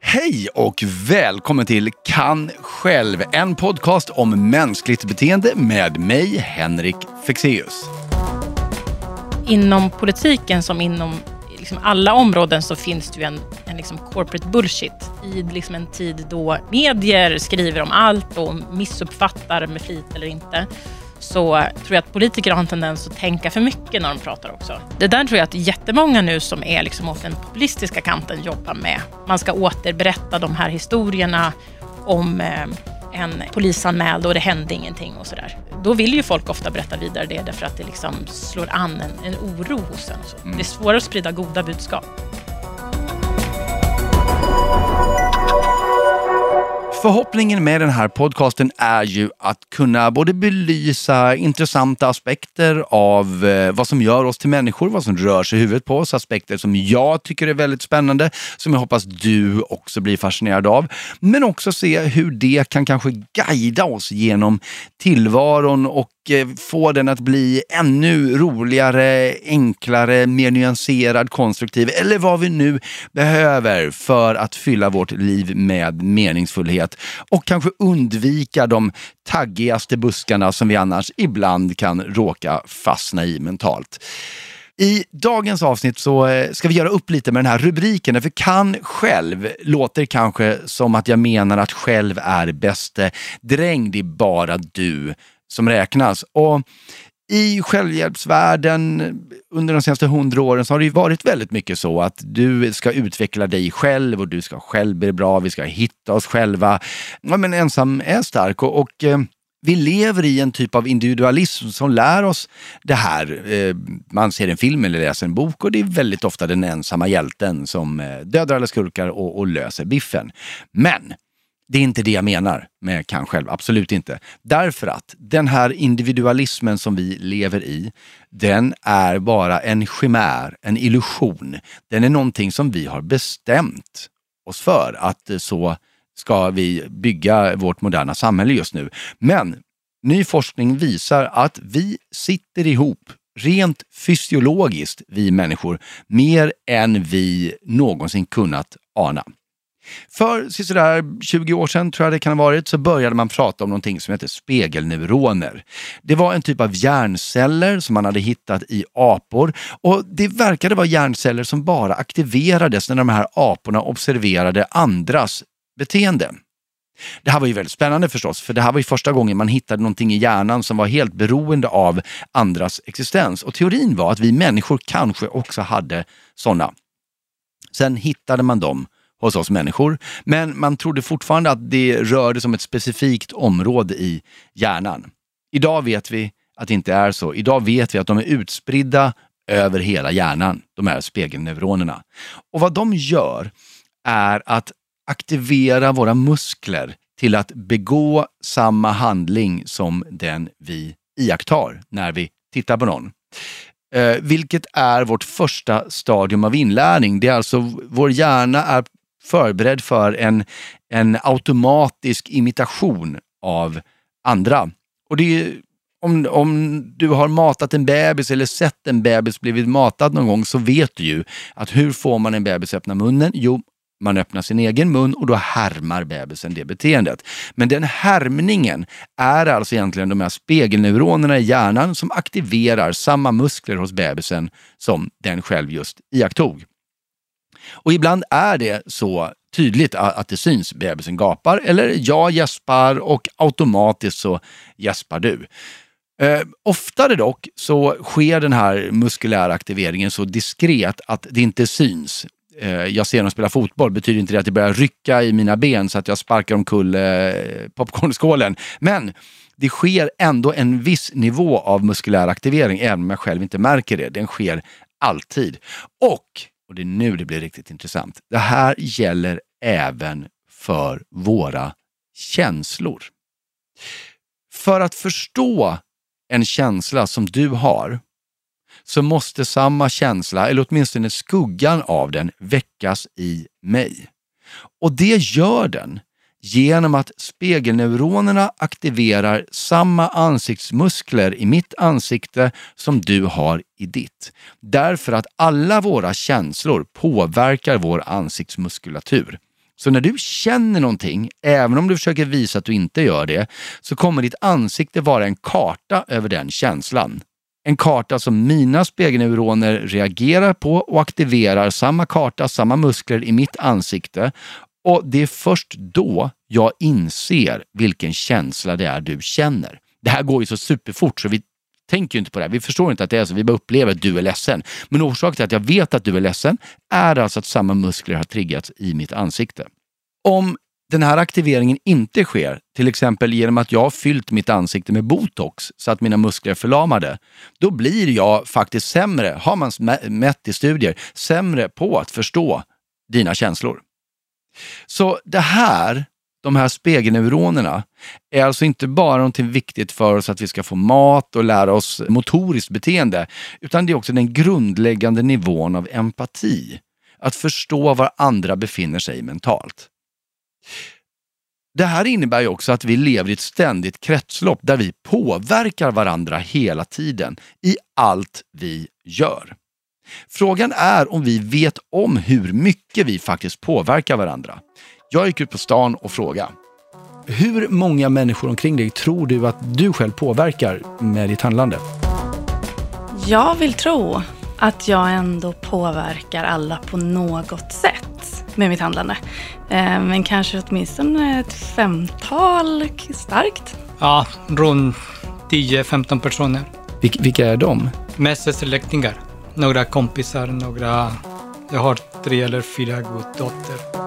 Hej och välkommen till Kan själv, en podcast om mänskligt beteende med mig, Henrik Fexeus. Inom politiken som inom alla områden så finns det ju en corporate bullshit i en tid då medier skriver om allt och missuppfattar med flit eller inte. Så tror jag att politiker har en tendens att tänka för mycket när de pratar också. Det där tror jag att jättemånga nu som är åt den populistiska kanten jobbar med. Man ska återberätta de här historierna om en polisanmäld och det hände ingenting och sådär. Då vill ju folk ofta berätta vidare det därför att det slår an en oro hos en. Så. Det är svårare att sprida goda budskap. Förhoppningen med den här podcasten är ju att kunna både belysa intressanta aspekter av vad som gör oss till människor, vad som rör sig i huvudet på oss, aspekter som jag tycker är väldigt spännande, som jag hoppas du också blir fascinerad av, men också se hur det kan kanske guida oss genom tillvaron och få den att bli ännu roligare, enklare, mer nyanserad, konstruktiv eller vad vi nu behöver för att fylla vårt liv med meningsfullhet och kanske undvika de taggigaste buskarna som vi annars ibland kan råka fastna i mentalt. I dagens avsnitt så ska vi göra upp lite med den här rubriken, för kan själv låter kanske som att jag menar att själv är bäste dräng, det är bara du som räknas. Och i självhjälpsvärlden under de senaste 100 åren så har det ju varit väldigt mycket så att du ska utveckla dig själv och du ska själv bli bra, vi ska hitta oss själva. Ja, men ensam är stark och vi lever i en typ av individualism som lär oss det här. Man ser en film eller läser en bok och det är väldigt ofta den ensamma hjälten som dödar alla skurkar och löser biffen. Men det är inte det jag menar med kan själv, absolut inte. Därför att den här individualismen som vi lever i, den är bara en chimär, en illusion. Den är någonting som vi har bestämt oss för att så ska vi bygga vårt moderna samhälle just nu. Men ny forskning visar att vi sitter ihop rent fysiologiskt, vi människor, mer än vi någonsin kunnat ana. För sådär 20 år sedan tror jag det kan ha varit så började man prata om någonting som heter spegelneuroner. Det var en typ av hjärnceller som man hade hittat i apor och det verkade vara hjärnceller som bara aktiverades när de här aporna observerade andras beteende. Det här var ju väldigt spännande förstås, för det här var ju första gången man hittade någonting i hjärnan som var helt beroende av andras existens. Och teorin var att vi människor kanske också hade sådana. Sen hittade man dem hos oss människor, men man trodde fortfarande att det rörde som ett specifikt område i hjärnan. Idag vet vi att det inte är så. Idag vet vi att de är utspridda över hela hjärnan, de här spegelneuronerna. Och vad de gör är att aktivera våra muskler till att begå samma handling som den vi iakttar när vi tittar på någon. Vilket är vårt första stadium av inlärning. Det är alltså, vår hjärna är förberedd för en automatisk imitation av andra. Och det är, om du har matat en bebis eller sett en bebis blivit matad någon gång så vet du ju att hur får man en bebis öppna munnen? Jo, man öppnar sin egen mun och då härmar bebisen det beteendet. Men den härmningen är alltså egentligen de här spegelneuronerna i hjärnan som aktiverar samma muskler hos bebisen som den själv just iakttog. Och ibland är det så tydligt att det syns. Bebisen gapar eller jag gäspar och automatiskt så gäspar du. Oftare dock så sker den här muskulära aktiveringen så diskret att det inte syns. Jag ser dem spela fotboll, betyder inte det att det börjar rycka i mina ben så att jag sparkar omkull popcornskålen. Men det sker ändå en viss nivå av muskulär aktivering även om jag själv inte märker det. Den sker alltid. Och det är nu det blir riktigt intressant. Det här gäller även för våra känslor. För att förstå en känsla som du har så måste samma känsla, eller åtminstone skuggan av den, väckas i mig. Och det gör den genom att spegelneuronerna aktiverar samma ansiktsmuskler i mitt ansikte som du har i ditt. Därför att alla våra känslor påverkar vår ansiktsmuskulatur. Så när du känner någonting, även om du försöker visa att du inte gör det, så kommer ditt ansikte vara en karta över den känslan. En karta som mina spegelneuroner reagerar på och aktiverar samma karta, samma muskler i mitt ansikte. Och det är först då jag inser vilken känsla det är du känner. Det här går ju så superfort så vi tänker ju inte på det här. Vi förstår inte att det är så. Vi bara upplever att du är ledsen. Men orsaken till att jag vet att du är ledsen är alltså att samma muskler har triggats i mitt ansikte. Om den här aktiveringen inte sker, till exempel genom att jag har fyllt mitt ansikte med botox så att mina muskler är förlamade, då blir jag faktiskt sämre, har man mätt i studier, sämre på att förstå dina känslor. Så de här spegelneuronerna är alltså inte bara någonting viktigt för oss att vi ska få mat och lära oss motoriskt beteende, utan det är också den grundläggande nivån av empati. Att förstå var andra befinner sig mentalt. Det här innebär ju också att vi lever i ett ständigt kretslopp där vi påverkar varandra hela tiden i allt vi gör. Frågan är om vi vet om hur mycket vi faktiskt påverkar varandra. Jag gick ut på stan och frågade: hur många människor omkring dig tror du att du själv påverkar med ditt handlande? Jag vill tro att jag ändå påverkar alla på något sätt med mitt handlande. Men kanske åtminstone ett 5-tal starkt. Ja, runt 10-15 personer. Vilka är de? Mest släktingar. Några kompisar, jag har 3 eller 4 goddotter.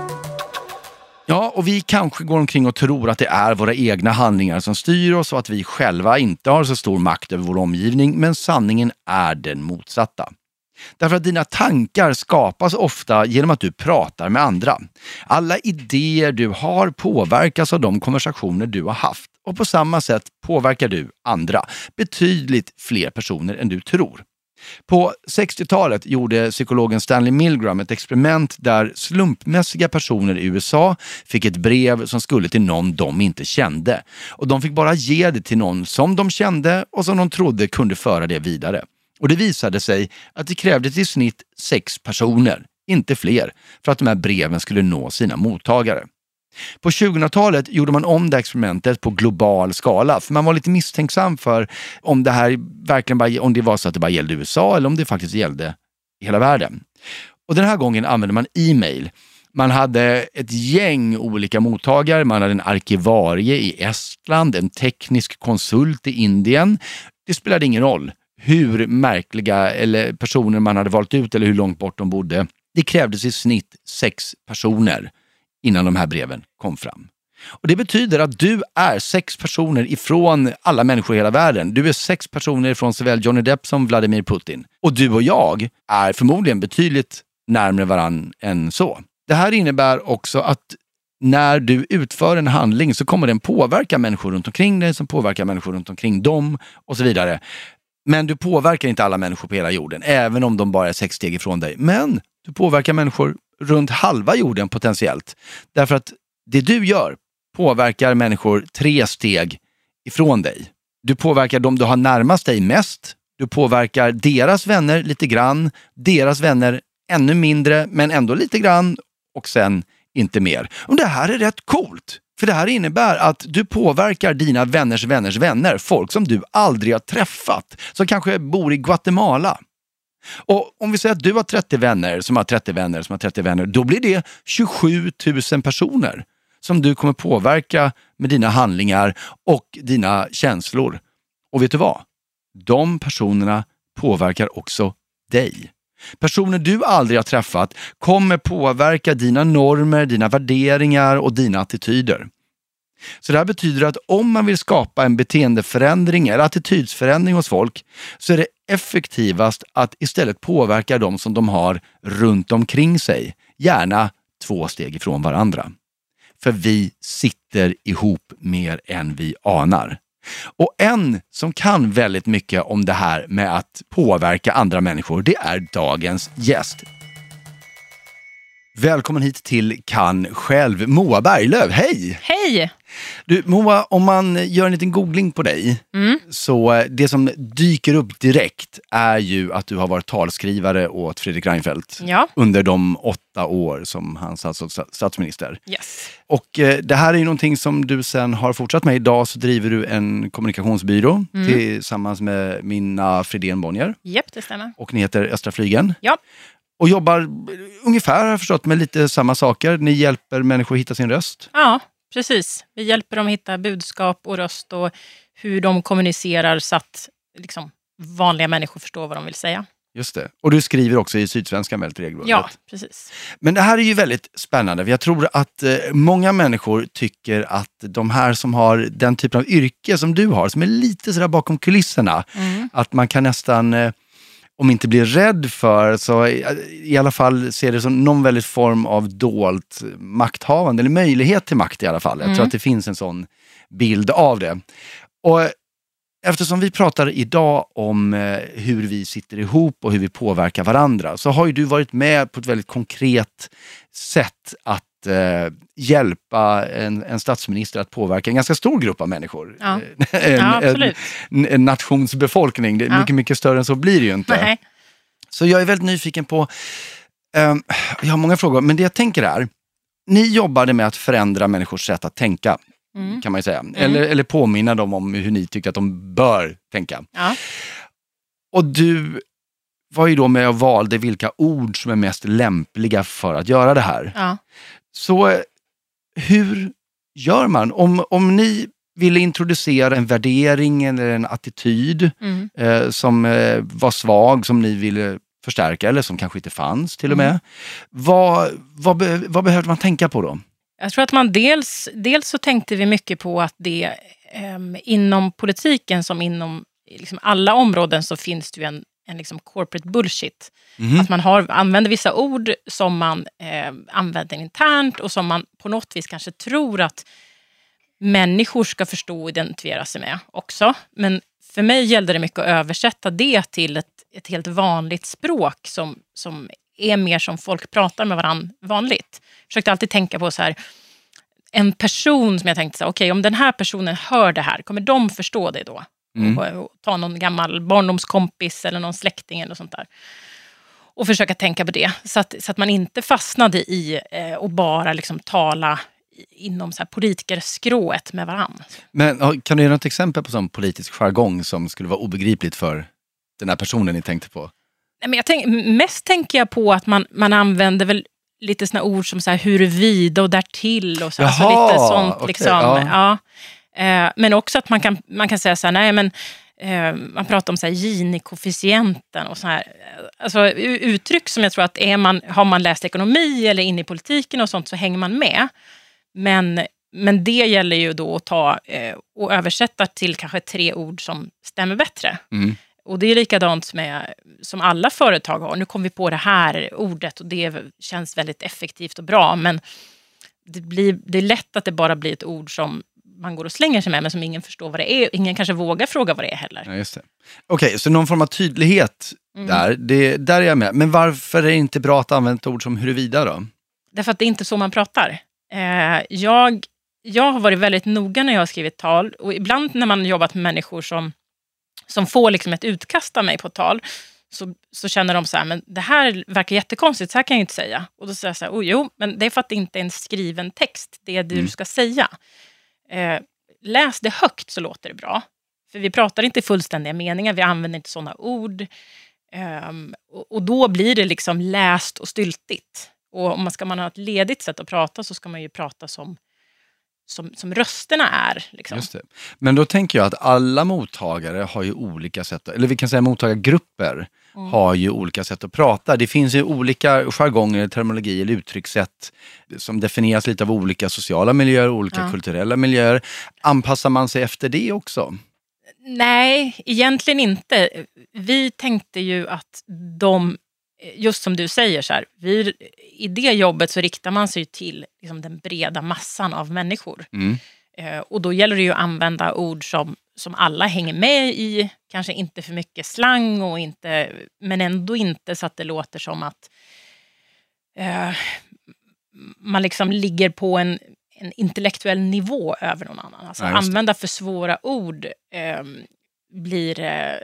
Ja, och vi kanske går omkring och tror att det är våra egna handlingar som styr oss och att vi själva inte har så stor makt över vår omgivning, men sanningen är den motsatta. Därför att dina tankar skapas ofta genom att du pratar med andra. Alla idéer du har påverkas av de konversationer du har haft, och på samma sätt påverkar du andra, betydligt fler personer än du tror. På 60-talet gjorde psykologen Stanley Milgram ett experiment där slumpmässiga personer i USA fick ett brev som skulle till någon de inte kände. Och de fick bara ge det till någon som de kände och som de trodde kunde föra det vidare. Och det visade sig att det krävdes i snitt 6 personer, inte fler, för att de här breven skulle nå sina mottagare. På 2000-talet gjorde man om det experimentet på global skala, för man var lite misstänksam för om det här verkligen bara, om det var så att det bara gällde USA eller om det faktiskt gällde hela världen. Och den här gången använde man e-mail. Man hade ett gäng olika mottagare, man hade en arkivarie i Estland, en teknisk konsult i Indien. Det spelade ingen roll hur märkliga eller personer man hade valt ut eller hur långt bort de bodde. Det krävdes i snitt 6 personer innan de här breven kom fram. Och det betyder att du är 6 personer ifrån alla människor i hela världen. Du är 6 personer ifrån såväl Johnny Depp som Vladimir Putin. Och du och jag är förmodligen betydligt närmare varann än så. Det här innebär också att när du utför en handling så kommer den påverka människor runt omkring dig, som påverkar människor runt omkring dem och så vidare. Men du påverkar inte alla människor på hela jorden, även om de bara är 6 steg ifrån dig. Men du påverkar människor runt halva jorden potentiellt. Därför att det du gör påverkar människor 3 steg ifrån dig. Du påverkar dem du har närmast dig mest. Du påverkar deras vänner lite grann. Deras vänner ännu mindre, men ändå lite grann. Och sen inte mer. Och det här är rätt coolt. För det här innebär att du påverkar dina vänners vänners vänner. Folk som du aldrig har träffat. Som kanske bor i Guatemala. Och om vi säger att du har 30 vänner som har 30 vänner som har 30 vänner, då blir det 27 000 personer som du kommer påverka med dina handlingar och dina känslor. Och vet du vad? De personerna påverkar också dig. Personer du aldrig har träffat kommer påverka dina normer, dina värderingar och dina attityder. Så det här betyder att om man vill skapa en beteendeförändring eller attitydsförändring hos folk, så är det effektivast att istället påverka dem som de har runt omkring sig. Gärna 2 steg ifrån varandra. För vi sitter ihop mer än vi anar. Och en som kan väldigt mycket om det här med att påverka andra människor, det är dagens gäst. Välkommen hit till Kan själv, Moa Berglöf. Hej! Hej! Hej! Du, Moa, om man gör en liten googling på dig, så det som dyker upp direkt är ju att du har varit talskrivare åt Fredrik Reinfeldt under de 8 år som han satt som statsminister. Yes. Och det här är ju någonting som du sen har fortsatt med. Idag så driver du en kommunikationsbyrå tillsammans med Minna Fridén Bonnier. Japp, det stämmer. Och ni heter Östra Flygen. Ja. Och jobbar ungefär, har jag förstått, med lite samma saker. Ni hjälper människor att hitta sin röst. Ja, precis. Vi hjälper dem att hitta budskap och röst och hur de kommunicerar så att liksom, vanliga människor förstår vad de vill säga. Just det. Och du skriver också i Sydsvenskan väldigt regelbundet. Ja, precis. Men det här är ju väldigt spännande. Jag tror att många människor tycker att de här som har den typen av yrke som du har, som är lite sådär bakom kulisserna, att man kan nästan, om inte bli rädd för, så i alla fall ser det som någon väldigt form av dolt makthavande, eller möjlighet till makt i alla fall. Jag tror att det finns en sån bild av det. Och eftersom vi pratar idag om hur vi sitter ihop och hur vi påverkar varandra, så har ju du varit med på ett väldigt konkret sätt att hjälpa en statsminister att påverka en ganska stor grupp av människor. Ja. Absolut. En nationsbefolkning. Det är mycket större än så blir det ju inte. Nej. Så jag är väldigt nyfiken på, jag har många frågor, men det jag tänker är, ni jobbade med att förändra människors sätt att tänka. Kan man ju säga. Eller påminna dem om hur ni tycker att de bör tänka. Ja. Och du var ju då med och valde vilka ord som är mest lämpliga för att göra det här. Ja. Så hur gör man? Om ni ville introducera en värdering eller en attityd som var svag, som ni ville förstärka eller som kanske inte fanns till och med. Vad behövde man tänka på då? Jag tror att man dels så tänkte vi mycket på att det inom politiken som inom liksom alla områden så finns det ju en liksom corporate bullshit. Att man använder vissa ord som man använder internt och som man på något vis kanske tror att människor ska förstå och identifiera sig med också. Men för mig gällde det mycket att översätta det till ett helt vanligt språk som är mer som folk pratar med varandra vanligt. Jag försökte alltid tänka på så här, en person som jag tänkte så här, okej, om den här personen hör det här, kommer de förstå det då? Och ta någon gammal barndomskompis eller någon släkting eller sånt där. Och försöka tänka på det. Så att man inte fastnade i och bara liksom tala inom så här politikerskrået med varandra. Men kan du ge något exempel på sån politisk jargong som skulle vara obegripligt för den här personen ni tänkte på? Nej, men mest tänker jag på att man använder väl lite såna ord som så här huruvida och därtill och så. Alltså lite sånt okay, liksom. Ja. Men också att man kan säga så här, nej men man pratar om så här Gini-koefficienten och så här. Alltså uttryck som jag tror att har man läst ekonomi eller in i politiken och sånt så hänger man med. Men det gäller ju då att ta och översätta till kanske 3 ord som stämmer bättre. Och det är likadant som alla företag har. Nu kom vi på det här ordet och det känns väldigt effektivt och bra. Men det är lätt att det bara blir ett ord som man går och slänger sig med men som ingen förstår vad det är. Ingen kanske vågar fråga vad det är heller. Ja, just det. Okej, så någon form av tydlighet där är jag med. Men varför är det inte bra att använda ett ord som huruvida då? Därför att det är inte så man pratar. Jag har varit väldigt noga när jag har skrivit tal. Och ibland när man jobbat med människor som får liksom ett utkast av mig på tal så känner de så här, men det här verkar jättekonstigt, så här kan jag inte säga. Och då säger jag så här, jo, men det är för att det inte är en skriven text, det är det du ska säga. Läs det högt så låter det bra. För vi pratar inte fullständiga meningar, vi använder inte sådana ord. Och då blir det liksom läst och styltigt. Och om man ha ett ledigt sätt att prata så ska man ju prata som rösterna är. Liksom. Just det. Men då tänker jag att alla mottagare har ju olika sätt, eller vi kan säga mottagargrupper har ju olika sätt att prata. Det finns ju olika jargonger, terminologi eller uttryckssätt som definieras lite av olika sociala miljöer, olika kulturella miljöer. Anpassar man sig efter det också? Nej, egentligen inte. Vi tänkte ju att just som du säger så här, i det jobbet så riktar man sig till liksom, den breda massan av människor. Och då gäller det ju att använda ord som alla hänger med i, kanske inte för mycket slang och men ändå inte så att det låter som att man liksom ligger på en en intellektuell nivå över någon annan. Alltså använda för svåra ord blir...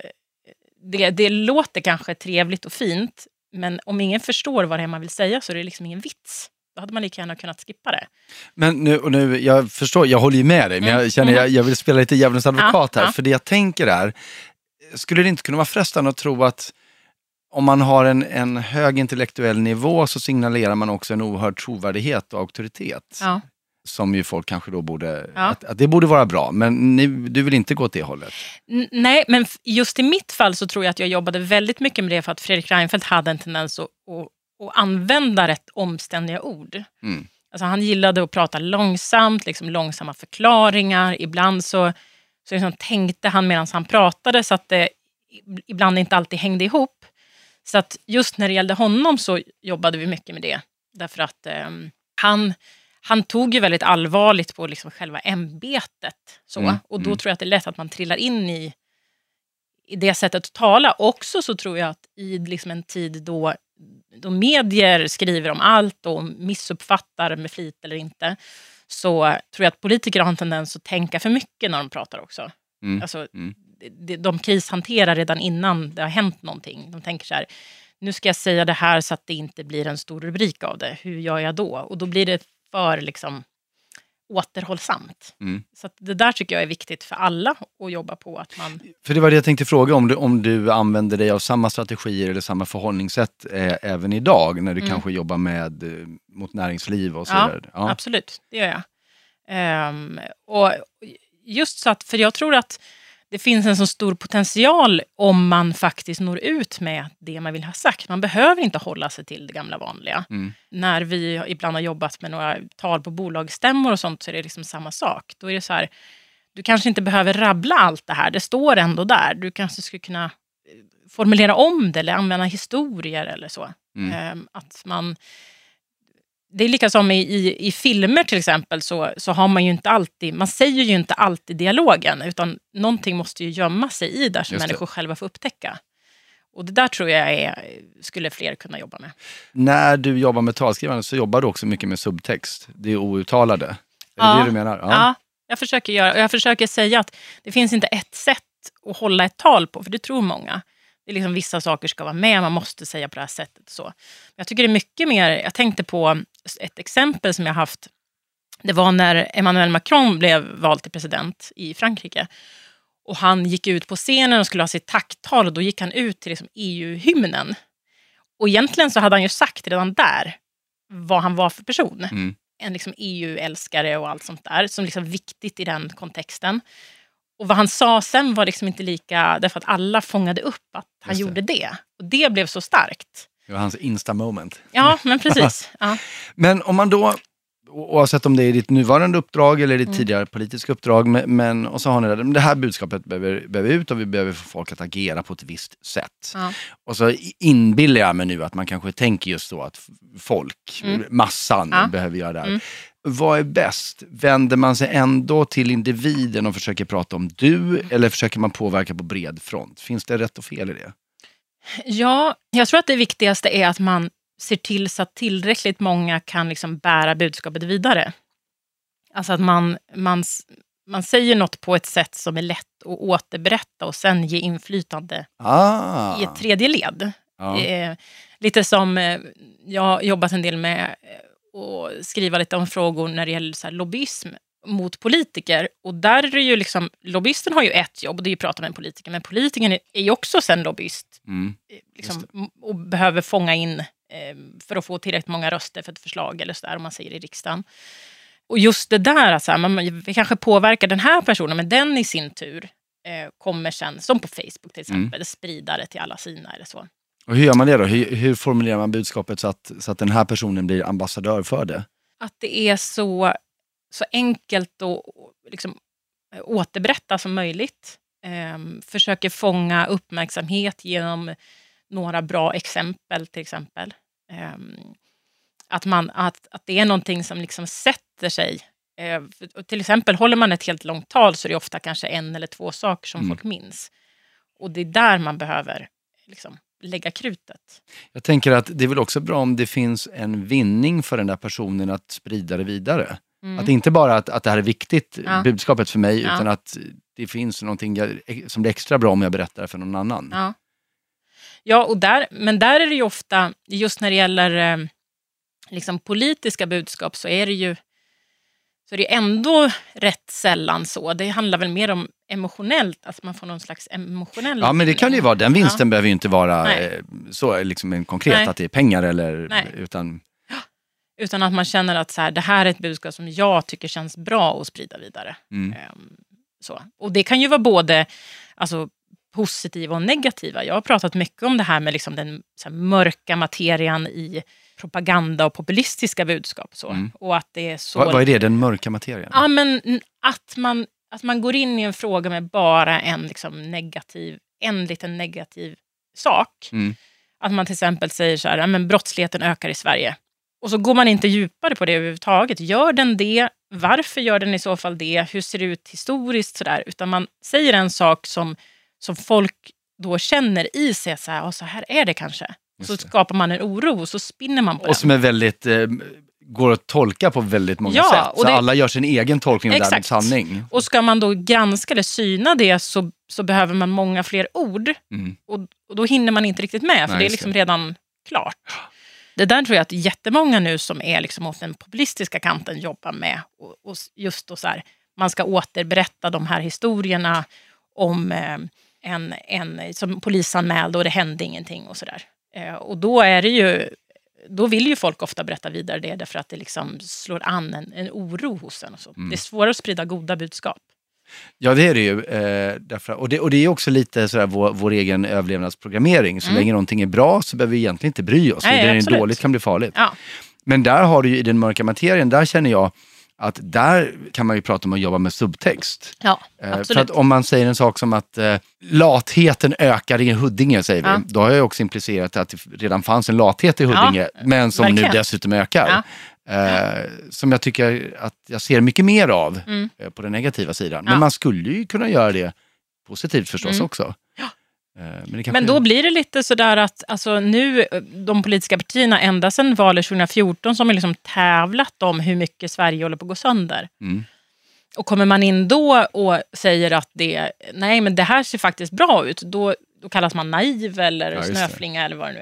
Det låter kanske trevligt och fint, men om ingen förstår vad det är man vill säga så är det liksom ingen vits. Då hade man lika gärna kunnat skippa det. Men nu jag förstår, jag håller ju med dig, men jag känner jag vill spela lite djävulens advokat här. För det jag tänker är, skulle det inte kunna vara frestande att tro att om man har en hög intellektuell nivå så signalerar man också en oerhörd trovärdighet och auktoritet. Ja. Som ju folk kanske då borde, att det borde vara bra. Men du vill inte gå åt det hållet? Nej, men just i mitt fall så tror jag att jag jobbade väldigt mycket med det för att Fredrik Reinfeldt hade en tendens att använda rätt omständiga ord. Mm. Alltså han gillade att prata långsamt, liksom långsamma förklaringar. Ibland så liksom tänkte han medan han pratade så att det ibland inte alltid hängde ihop. Så att just när det gällde honom så jobbade vi mycket med det. Därför att han tog ju väldigt allvarligt på liksom själva ämbetet. Och då tror jag att det är lätt att man trillar in i det sättet att tala. Också så tror jag att i liksom en tid då medier skriver om allt och missuppfattar med flit eller inte, så tror jag att politiker har en tendens att tänka för mycket när de pratar också. Alltså, de krishanterar redan innan det har hänt någonting. De tänker så här, nu ska jag säga det här så att det inte blir en stor rubrik av det. Hur gör jag då? Och då blir det för liksom återhållsamt. Så att det där tycker jag är viktigt för alla att jobba på. Att man... För det var det jag tänkte fråga om du använder dig av samma strategier eller samma förhållningssätt även idag när du kanske jobbar mot näringsliv och så där. Ja, absolut. Det gör jag. Och just så att, för jag tror att det finns en så stor potential om man faktiskt når ut med det man vill ha sagt. Man behöver inte hålla sig till det gamla vanliga. När vi ibland har jobbat med några tal på bolagsstämmor och sånt så är det liksom samma sak. Då är det så här, du kanske inte behöver rabbla allt det här. Det står ändå där. Du kanske skulle kunna formulera om det eller använda historier eller så. Att man... Det är lika som i filmer till exempel så har man ju inte alltid, man säger ju inte alltid dialogen utan någonting måste ju gömma sig i där som människor själva får upptäcka. Och det där tror jag skulle fler kunna jobba med. När du jobbar med talskrivande så jobbar du också mycket med subtext. Det är outtalade. Är det det du menar? Ja, jag försöker säga att det finns inte ett sätt att hålla ett tal på, för det tror många. Det är liksom vissa saker ska vara med, man måste säga på det här sättet. Så. Jag tycker det är mycket mer, jag tänkte på ett exempel som jag haft. Det var när Emmanuel Macron blev vald till president i Frankrike. Och han gick ut på scenen och skulle ha sitt tacktal och då gick han ut till liksom EU-hymnen. Och egentligen så hade han ju sagt redan där vad han var för person. En liksom EU-älskare och allt sånt där som liksom viktigt i den kontexten. Och vad han sa sen var liksom inte lika, därför att alla fångade upp att han gjorde det. Och det blev så starkt. Det var hans insta-moment. Ja, men precis. Ja. Men om man då, oavsett om det är ditt nuvarande uppdrag eller ditt tidigare politiska uppdrag, men och så har ni det här budskapet behöver ut och vi behöver få folk att agera på ett visst sätt. Ja. Och så inbillar jag mig nu att man kanske tänker just då att folk, massan behöver göra det här. Vad är bäst? Vänder man sig ändå till individen och försöker prata om du eller försöker man påverka på bred front? Finns det rätt och fel i det? Ja, jag tror att det viktigaste är att man ser till så att tillräckligt många kan liksom bära budskapet vidare. Alltså att man säger något på ett sätt som är lätt att återberätta och sen ge inflytande i ett tredje led. Lite som jag har jobbat en del med och skriva lite om frågor när det gäller så här lobbyism mot politiker. Och där är det ju liksom, lobbyisten har ju ett jobb och det är ju att prata med en politiker. Men politikern är ju också sen lobbyist. Liksom, och behöver fånga in för att få tillräckligt många röster för ett förslag eller sådär om man säger i riksdagen. Och just det där, alltså, man kanske påverkar den här personen men den i sin tur kommer sen, som på Facebook till exempel, sprida det till alla sina eller så. Och hur gör man det då? Hur formulerar man budskapet så att den här personen blir ambassadör för det? Att det är så enkelt att liksom återberätta som möjligt. Försöker fånga uppmärksamhet genom några bra exempel till exempel. Att det är någonting som liksom sätter sig. Till exempel håller man ett helt långt tal så är det ofta kanske en eller två saker som folk minns. Och det är där man behöver liksom lägga krutet. Jag tänker att det är väl också bra om det finns en vinning för den där personen att sprida det vidare. Att inte bara att det här är viktigt, Ja. budskapet för mig, Ja. utan att det finns någonting som blir extra bra om jag berättar för någon annan. Ja. Ja, men där är det ju ofta, just när det gäller liksom politiska budskap, så är det ändå rätt sällan så. Det handlar väl mer om emotionellt, att man får någon slags emotionell... Ja, men det kan ju vara, den vinsten behöver ju inte vara Nej. så liksom en konkret, Nej. att det är pengar eller, Nej. utan att man känner att så här, det här är ett budskap som jag tycker känns bra att sprida vidare. Så. Och det kan ju vara både positiva och negativa. Jag har pratat mycket om det här med liksom den så här, mörka materian i propaganda och populistiska budskap. Så. Och att det är så... Vad är det, den mörka materien? Ja, men att man går in i en fråga med bara en liten negativ sak. Att man till exempel säger så här, men brottsligheten ökar i Sverige. Och så går man inte djupare på det överhuvudtaget. Gör den det? Varför gör den i så fall det? Hur ser det ut historiskt? Sådär. Utan man säger en sak som folk då känner i sig. Så här är det kanske. Så skapar man en oro och så spinner man på den. Och som är väldigt... går att tolka på väldigt många sätt. Så alla gör sin egen tolkning av därmed sanning. Och ska man då granska eller syna det så behöver man många fler ord. Och då hinner man inte riktigt med, för det är liksom redan klart. Det där tror jag att jättemånga nu som är liksom åt den populistiska kanten jobbar med. Och just då så här, man ska återberätta de här historierna om en som polisanmälde och det hände ingenting och sådär. Och då är det ju... Då vill ju folk ofta berätta vidare det, därför att det liksom slår an en oro hos en. Och så. Det är svårare att sprida goda budskap. Ja, det är det ju. Och det är också lite sådär vår egen överlevnadsprogrammering. Så länge någonting är bra så behöver vi egentligen inte bry oss. Nej, det är dåligt kan bli farligt. Ja. Men där har du ju i den mörka materien, där känner jag att där kan man ju prata om att jobba med subtext. Ja, absolut. För att om man säger en sak som att latheten ökar i Huddinge, säger vi. Då har jag också implicerat att det redan fanns en lathet i Huddinge, men som verkligen. nu dessutom ökar. Som jag tycker att jag ser mycket mer av på den negativa sidan. Men man skulle ju kunna göra det positivt förstås också. Men då blir det lite sådär att nu de politiska partierna ända sedan valet 2014 som har liksom tävlat om hur mycket Sverige håller på att gå sönder. Och kommer man in då och säger att nej men det här ser faktiskt bra ut, då kallas man naiv eller snöflinga eller vad det nu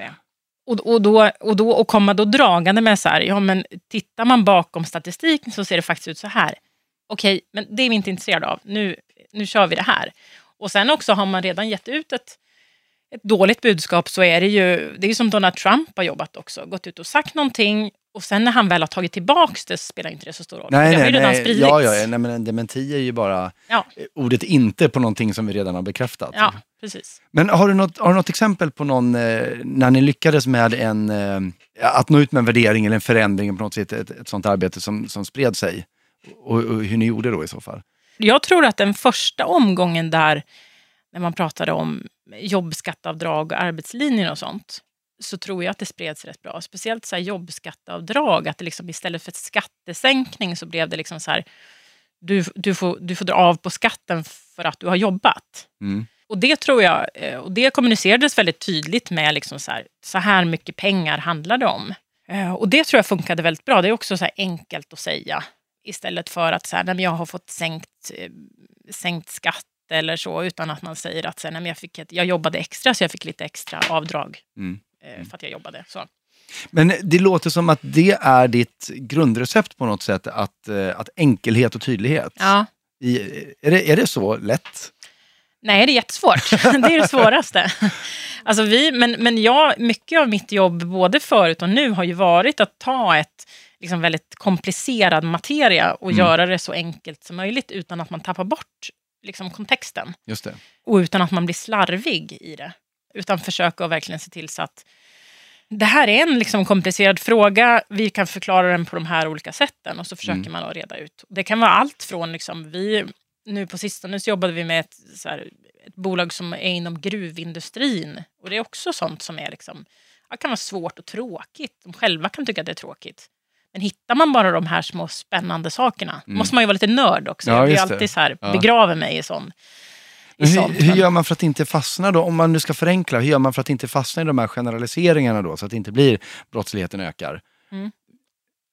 är. Och komma då dragande med så här, ja men tittar man bakom statistiken så ser det faktiskt ut så här. Okej, men det är vi inte intresserade av. Nu kör vi det här. Och sen också har man redan gett ut ett dåligt budskap, så är det är ju som Donald Trump har jobbat också. Gått ut och sagt någonting, och sen när han väl har tagit tillbaks det spelar inte det så stor roll. Nej, det har ju redan spridits. Nej, men en dementi är ju bara ordet inte på någonting som vi redan har bekräftat. Ja, precis. Men har du något exempel på någon, när ni lyckades med att nå ut med en värdering eller en förändring på något sätt, ett sånt arbete som spred sig? Och hur ni gjorde då i så fall? Jag tror att den första omgången där, när man pratade om jobbskatteavdrag och arbetslinjen och sånt, så tror jag att det spreds rätt bra. Speciellt så här jobbskatteavdrag, att det liksom istället för ett skattesänkning så blev det liksom så här, du får dra av på skatten för att du har jobbat. Och det tror jag, och det kommunicerades väldigt tydligt med liksom så här mycket pengar handlar det om. Och det tror jag funkade väldigt bra. Det är också så här enkelt att säga, istället för att så här, jag har fått sänkt skatt eller så, utan att man säger att så här, jag jobbade extra så jag fick lite extra avdrag för att jag jobbade. Så. Men det låter som att det är ditt grundrecept på något sätt, att enkelhet och tydlighet. Ja. Är det så lätt? Nej, det är jättesvårt. Det är det svåraste. Alltså mycket av mitt jobb, både förut och nu, har ju varit att ta ett liksom väldigt komplicerad materia och göra det så enkelt som möjligt utan att man tappar bort liksom kontexten. Just det. Och utan att man blir slarvig i det. Utan försöka att verkligen se till så att det här är en liksom komplicerad fråga. Vi kan förklara den på de här olika sätten och så försöker man att reda ut. Det kan vara allt från liksom, nu på sistone så jobbade vi med ett bolag som är inom gruvindustrin. Och det är också sånt som är liksom, kan vara svårt och tråkigt. De själva kan tycka att det är tråkigt. Men hittar man bara de här små spännande sakerna, måste man ju vara lite nörd också. Jag blir alltid så här, begraver mig i sånt. Hur gör man för att inte fastna då, om man nu ska förenkla, hur gör man för att inte fastna i de här generaliseringarna då, så att det inte blir brottsligheten ökar?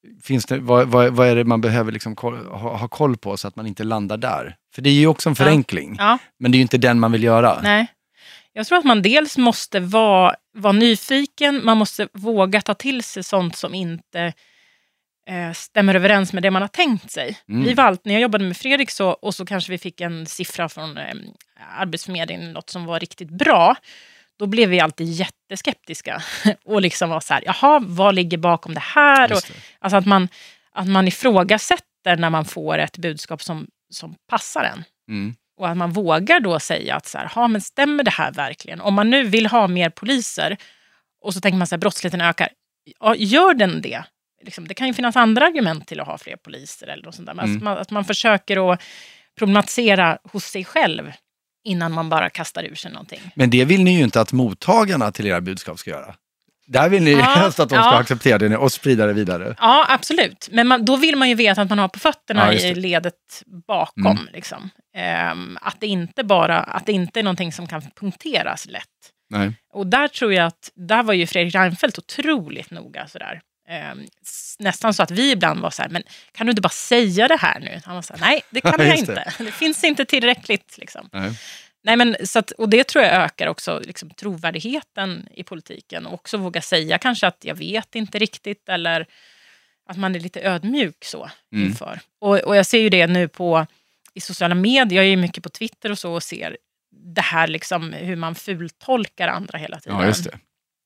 Finns det, vad är det man behöver liksom ha koll på så att man inte landar där? För det är ju också en förenkling. Ja. Men det är ju inte den man vill göra. Nej. Jag tror att man dels måste vara nyfiken. Man måste våga ta till sig sånt som inte stämmer överens med det man har tänkt sig. När jag jobbade med Fredrik så kanske vi fick en siffra från Arbetsförmedlingen, något som var riktigt bra. Då blev vi alltid jätteskeptiska och liksom var så här, jaha, vad ligger bakom det här? Och, alltså att man ifrågasätter när man får ett budskap som passar en. Och att man vågar då säga att så här, men stämmer det här verkligen? Om man nu vill ha mer poliser och så tänker man så här, brottsligheten ökar. Ja, gör den det? Liksom, det kan ju finnas andra argument till att ha fler poliser eller något sånt där. Men att man försöker att problematisera hos sig själv innan man bara kastar ur sig någonting. Men det vill ni ju inte att mottagarna till era budskap ska göra. Där vill ni helst att de ska acceptera det och sprida det vidare. Ja, absolut. Men då vill man ju veta att man har på fötterna i ledet bakom. Liksom. Att det inte är någonting som kan punkteras lätt. Nej. Och där tror jag att, där var ju Fredrik Reinfeldt otroligt noga sådär. Nästan så att vi ibland var så här, men kan du inte bara säga det här nu? Han var så här, nej, det kan jag inte. Det finns inte tillräckligt liksom. Nej, men så att, och det tror jag ökar också liksom, trovärdigheten i politiken och också våga säga kanske att jag vet inte riktigt eller att man är lite ödmjuk så inför. Och jag ser ju det nu i sociala medier, jag är ju mycket på Twitter och så och ser det här liksom hur man fultolkar andra hela tiden. Ja, just det.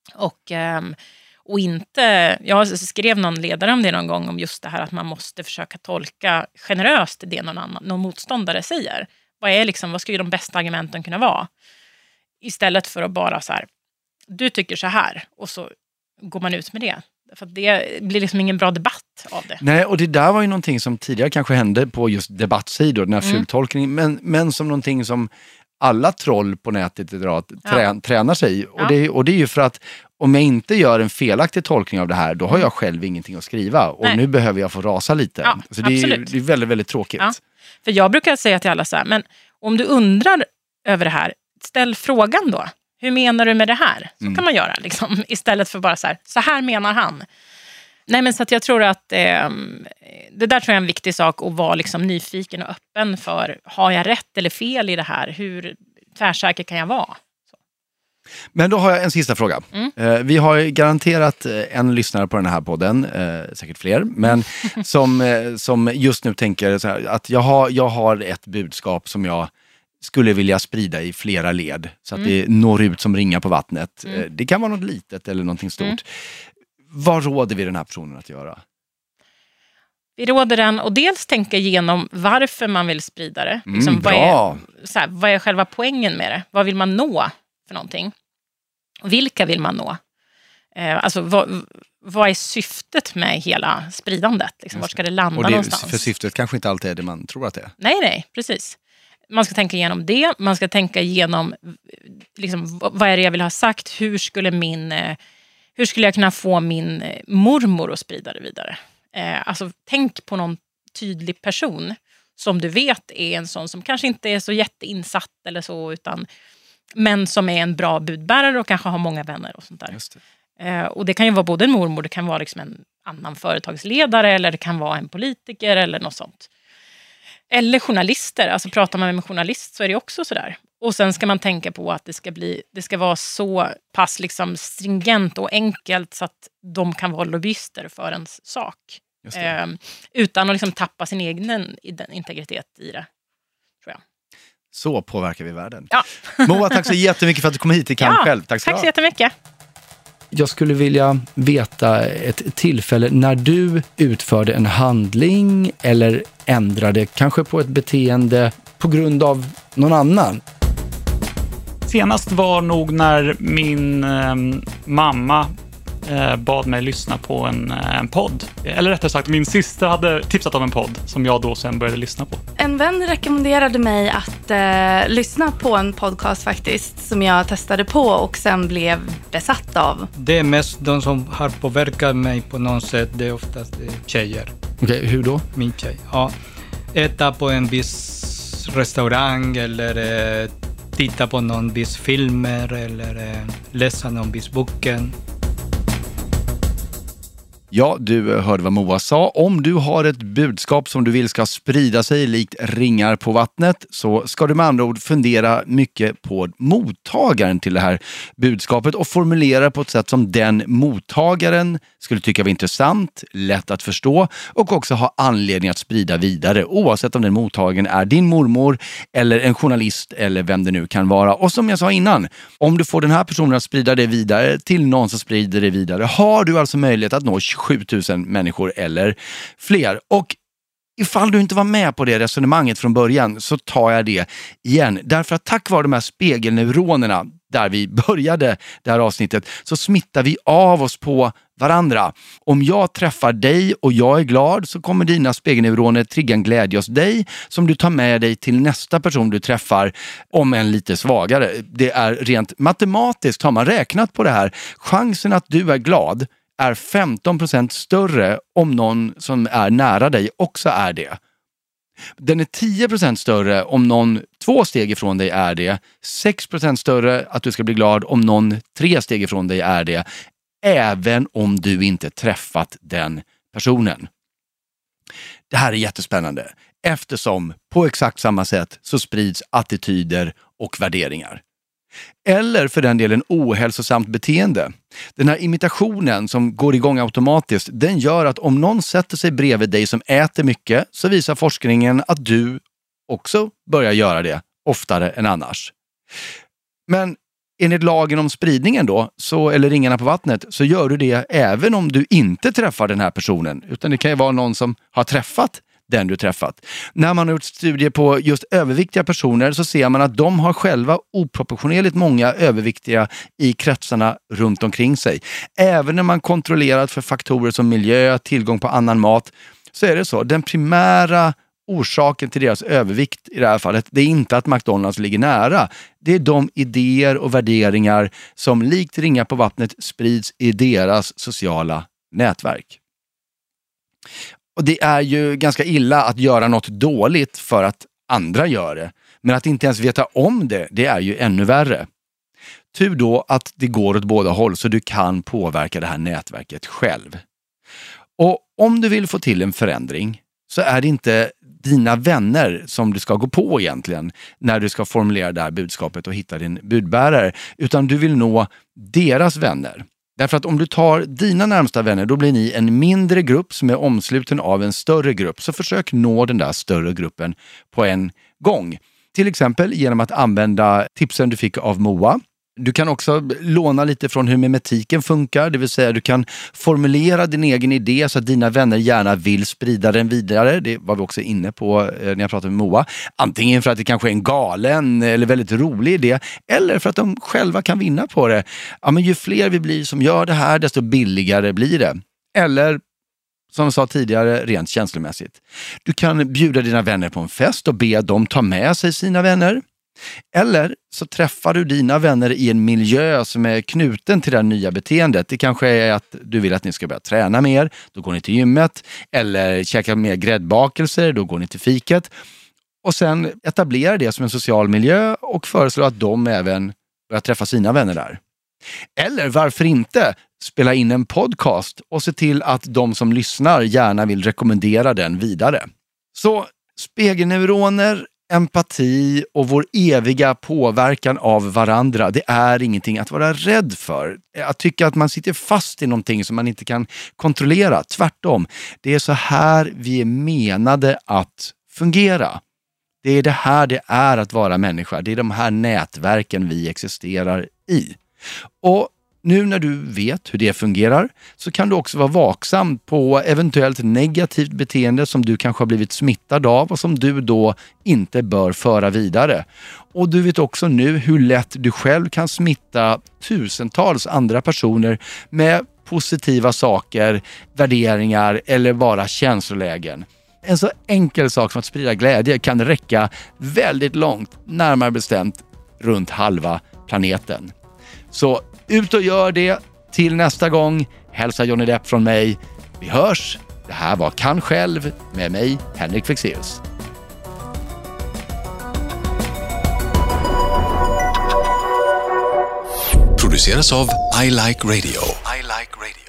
Och inte, jag skrev någon ledare om det någon gång om just det här att man måste försöka tolka generöst det någon motståndare säger. Vad ska ju de bästa argumenten kunna vara? Istället för att bara så här, du tycker så här och så går man ut med det. För att det blir liksom ingen bra debatt av det. Nej, och det där var ju någonting som tidigare kanske hände på just debattsidor, den här fultolkningen, men som någonting som alla troll på nätet tränar sig. Och det är ju för att om jag inte gör en felaktig tolkning av det här, då har jag själv ingenting att skriva. Och nu behöver jag få rasa lite. Ja, så det är väldigt, väldigt tråkigt. Ja. För jag brukar säga till alla så här, men om du undrar över det här, ställ frågan då. Hur menar du med det här? Så kan man göra liksom, istället för bara så här menar han. Nej, men så att jag tror att det där tror jag är en viktig sak att vara liksom nyfiken och öppen för, har jag rätt eller fel i det här? Hur tvärsäker kan jag vara? Så. Men då har jag en sista fråga. Vi har garanterat en lyssnare på den här podden, säkert fler, men som just nu tänker så här, att jag har ett budskap som jag skulle vilja sprida i flera led så att det når ut som ringar på vattnet. Det kan vara något litet eller någonting stort. Vad råder vi den här personen att göra? Vi råder den och dels tänka igenom varför man vill sprida det. Liksom, vad är själva poängen med det? Vad vill man nå för någonting? Vilka vill man nå? Alltså vad är syftet med hela spridandet? Liksom, var ska det landa någonstans? För syftet kanske inte alltid är det man tror att det är. Nej, precis. Man ska tänka igenom det. Man ska tänka igenom liksom, vad är det jag vill ha sagt? Hur skulle jag kunna få min mormor att sprida det vidare? Alltså tänk på någon tydlig person som du vet är en sån som kanske inte är så jätteinsatt eller så, men som är en bra budbärare och kanske har många vänner och sånt där. Just det. Och det kan ju vara både en mormor, det kan vara liksom en annan företagsledare eller det kan vara en politiker eller något sånt. Eller journalister, alltså pratar man med en journalist så är det också sådär. Och sen ska man tänka på att det ska vara så pass liksom stringent och enkelt så att de kan vara lobbyister för ens sak. Utan att liksom tappa sin egen integritet i det, tror jag. Så påverkar vi världen. Ja. Moa, tack så jättemycket för att du kom hit till Kan själv. Tack så jättemycket. Jag skulle vilja veta ett tillfälle när du utförde en handling eller ändrade kanske på ett beteende på grund av någon annan. Senast var nog när min mamma bad mig lyssna på en podd. Eller rättare sagt, min syster hade tipsat om en podd som jag då sen började lyssna på. En vän rekommenderade mig att lyssna på en podcast faktiskt som jag testade på och sen blev besatt av. Det är mest de som har påverkat mig på något sätt, det är oftast tjejer. Okej, hur då? Min tjej, ja. Äta på en viss restaurang eller titta på någon viss filmer eller läsa någon viss boken. Ja, du hörde vad Moa sa. Om du har ett budskap som du vill ska sprida sig likt ringar på vattnet, så ska du med andra ord fundera mycket på mottagaren till det här budskapet och formulera på ett sätt som den mottagaren skulle tycka var intressant, lätt att förstå och också ha anledning att sprida vidare, oavsett om den mottagaren är din mormor eller en journalist eller vem det nu kan vara. Och som jag sa innan, om du får den här personen att sprida det vidare till någon som sprider det vidare, har du alltså möjlighet att nå 7000 människor eller fler. Och ifall du inte var med på det resonemanget från början, så tar jag det igen. Därför att tack vare de här spegelneuronerna, där vi började det här avsnittet, så smittar vi av oss på varandra. Om jag träffar dig och jag är glad, så kommer dina spegelneuroner trigga en glädje hos dig som du tar med dig till nästa person du träffar, om en lite svagare. Det är rent matematiskt, har man räknat på det här. Chansen att du är glad är 15% större om någon som är nära dig också är det. Den är 10% större om någon 2 steg ifrån dig är det. 6% större att du ska bli glad om någon 3 steg ifrån dig är det. Även om du inte träffat den personen. Det här är jättespännande, eftersom på exakt samma sätt så sprids attityder och värderingar. Eller för den delen ohälsosamt beteende. Den här imitationen som går igång automatiskt, den gör att om någon sätter sig bredvid dig som äter mycket, så visar forskningen att du också börjar göra det oftare än annars. Men enligt lagen om spridningen då, eller ringarna på vattnet, så gör du det även om du inte träffar den här personen, utan det kan ju vara någon som har träffat den du träffat. När man har gjort studier på just överviktiga personer, så ser man att de har själva oproportionerligt många överviktiga i kretsarna runt omkring sig. Även när man kontrollerat för faktorer som miljö, tillgång på annan mat, så är det så. Den primära orsaken till deras övervikt i det här fallet, det är inte att McDonalds ligger nära. Det är de idéer och värderingar som likt ringar på vattnet sprids i deras sociala nätverk. Och det är ju ganska illa att göra något dåligt för att andra gör det. Men att inte ens veta om det, det är ju ännu värre. Tur då att det går åt båda håll, så du kan påverka det här nätverket själv. Och om du vill få till en förändring, så är det inte dina vänner som du ska gå på egentligen när du ska formulera det här budskapet och hitta din budbärare, utan du vill nå deras vänner. Därför att om du tar dina närmsta vänner, då blir ni en mindre grupp som är omsluten av en större grupp. Så försök nå den där större gruppen på en gång. Till exempel genom att använda tipsen du fick av Moa. Du kan också låna lite från hur memetiken funkar, det vill säga du kan formulera din egen idé så att dina vänner gärna vill sprida den vidare. Det var vi också inne på när jag pratade med Moa. Antingen för att det kanske är en galen eller väldigt rolig idé, eller för att de själva kan vinna på det. Ja, men ju fler vi blir som gör det här, desto billigare blir det. Eller som jag sa tidigare, rent känslomässigt. Du kan bjuda dina vänner på en fest och be dem ta med sig sina vänner. Eller så träffar du dina vänner i en miljö som är knuten till det här nya beteendet. Det kanske är att du vill att ni ska börja träna mer, då går ni till gymmet. Eller käka mer gräddbakelser, då går ni till fiket. Och sen etablera det som en social miljö och föreslå att de även börjar träffa sina vänner där. Eller varför inte spela in en podcast och se till att de som lyssnar gärna vill rekommendera den vidare. Så spegelneuroner, empati och vår eviga påverkan av varandra, det är ingenting att vara rädd för. Att tycka att man sitter fast i någonting som man inte kan kontrollera. Tvärtom, det är så här vi är menade att fungera. Det är det här det är att vara människa. Det är de här nätverken vi existerar i. Och nu när du vet hur det fungerar, så kan du också vara vaksam på eventuellt negativt beteende som du kanske har blivit smittad av och som du då inte bör föra vidare. Och du vet också nu hur lätt du själv kan smitta tusentals andra personer med positiva saker, värderingar eller bara känslolägen. En så enkel sak som att sprida glädje kan räcka väldigt långt, närmare bestämt runt halva planeten. Så ut och gör det. Till nästa gång, hälsa Johnny Depp från mig. Vi hörs. Det här var Kan själv med mig, Henrik Fexeus. Produceras av I Like Radio.